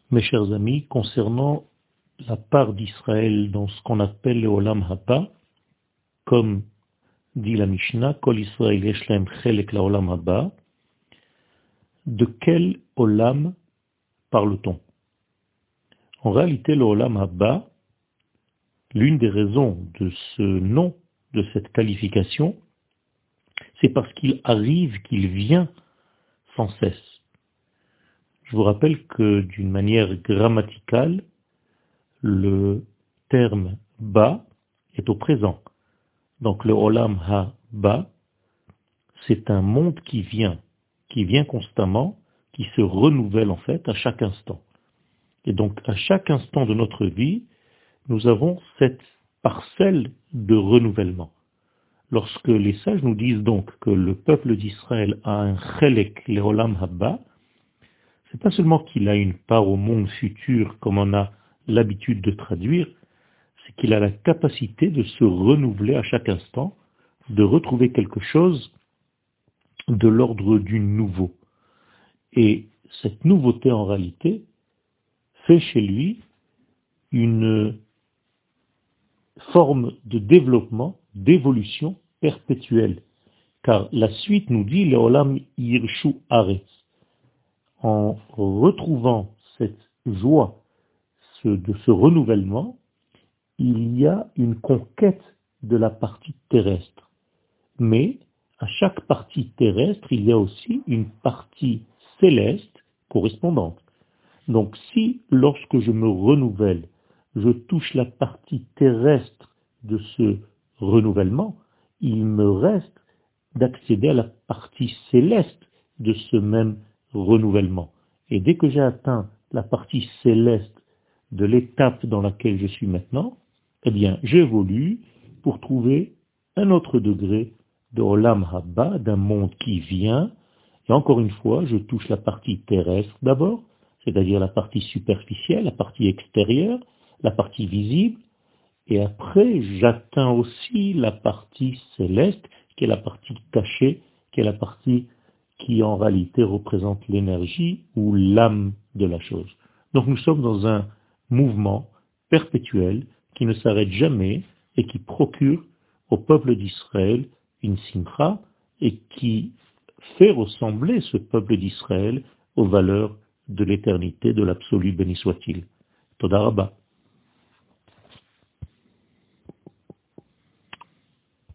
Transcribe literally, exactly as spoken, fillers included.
Mes chers amis, concernant la part d'Israël dans ce qu'on appelle le Olam Haba, comme dit la Mishnah, Kol Israël yesh lahem chelek laolam haba, de quel Olam parle-t-on? En réalité, le Olam Haba, l'une des raisons de ce nom, de cette qualification, c'est parce qu'il arrive, qu'il vient sans cesse. Je vous rappelle que d'une manière grammaticale, le terme ba est au présent. Donc le Olam Ha-Ba, c'est un monde qui vient, qui vient constamment, qui se renouvelle en fait à chaque instant. Et donc à chaque instant de notre vie, nous avons cette parcelle de renouvellement. Lorsque les sages nous disent donc que le peuple d'Israël a un chelek le Olam Haba, c'est pas seulement qu'il a une part au monde futur comme on a l'habitude de traduire, c'est qu'il a la capacité de se renouveler à chaque instant, de retrouver quelque chose de l'ordre du nouveau. Et cette nouveauté en réalité fait chez lui une forme de développement, d'évolution perpétuelle. Car la suite nous dit « Leolam yirshu aretz ». En retrouvant cette joie ce, de ce renouvellement, il y a une conquête de la partie terrestre. Mais à chaque partie terrestre, il y a aussi une partie céleste correspondante. Donc si, lorsque je me renouvelle, je touche la partie terrestre de ce renouvellement, il me reste d'accéder à la partie céleste de ce même renouvellement. Et dès que j'ai atteint la partie céleste de l'étape dans laquelle je suis maintenant, eh bien, j'évolue pour trouver un autre degré de Olam Haba, d'un monde qui vient. Et encore une fois, je touche la partie terrestre d'abord, c'est-à-dire la partie superficielle, la partie extérieure, la partie visible, et après, j'atteins aussi la partie céleste, qui est la partie cachée, qui est la partie qui en réalité représente l'énergie ou l'âme de la chose. Donc nous sommes dans un mouvement perpétuel qui ne s'arrête jamais et qui procure au peuple d'Israël une simcha et qui fait ressembler ce peuple d'Israël aux valeurs de l'éternité, de l'absolu, béni soit-il. Toda Rabba.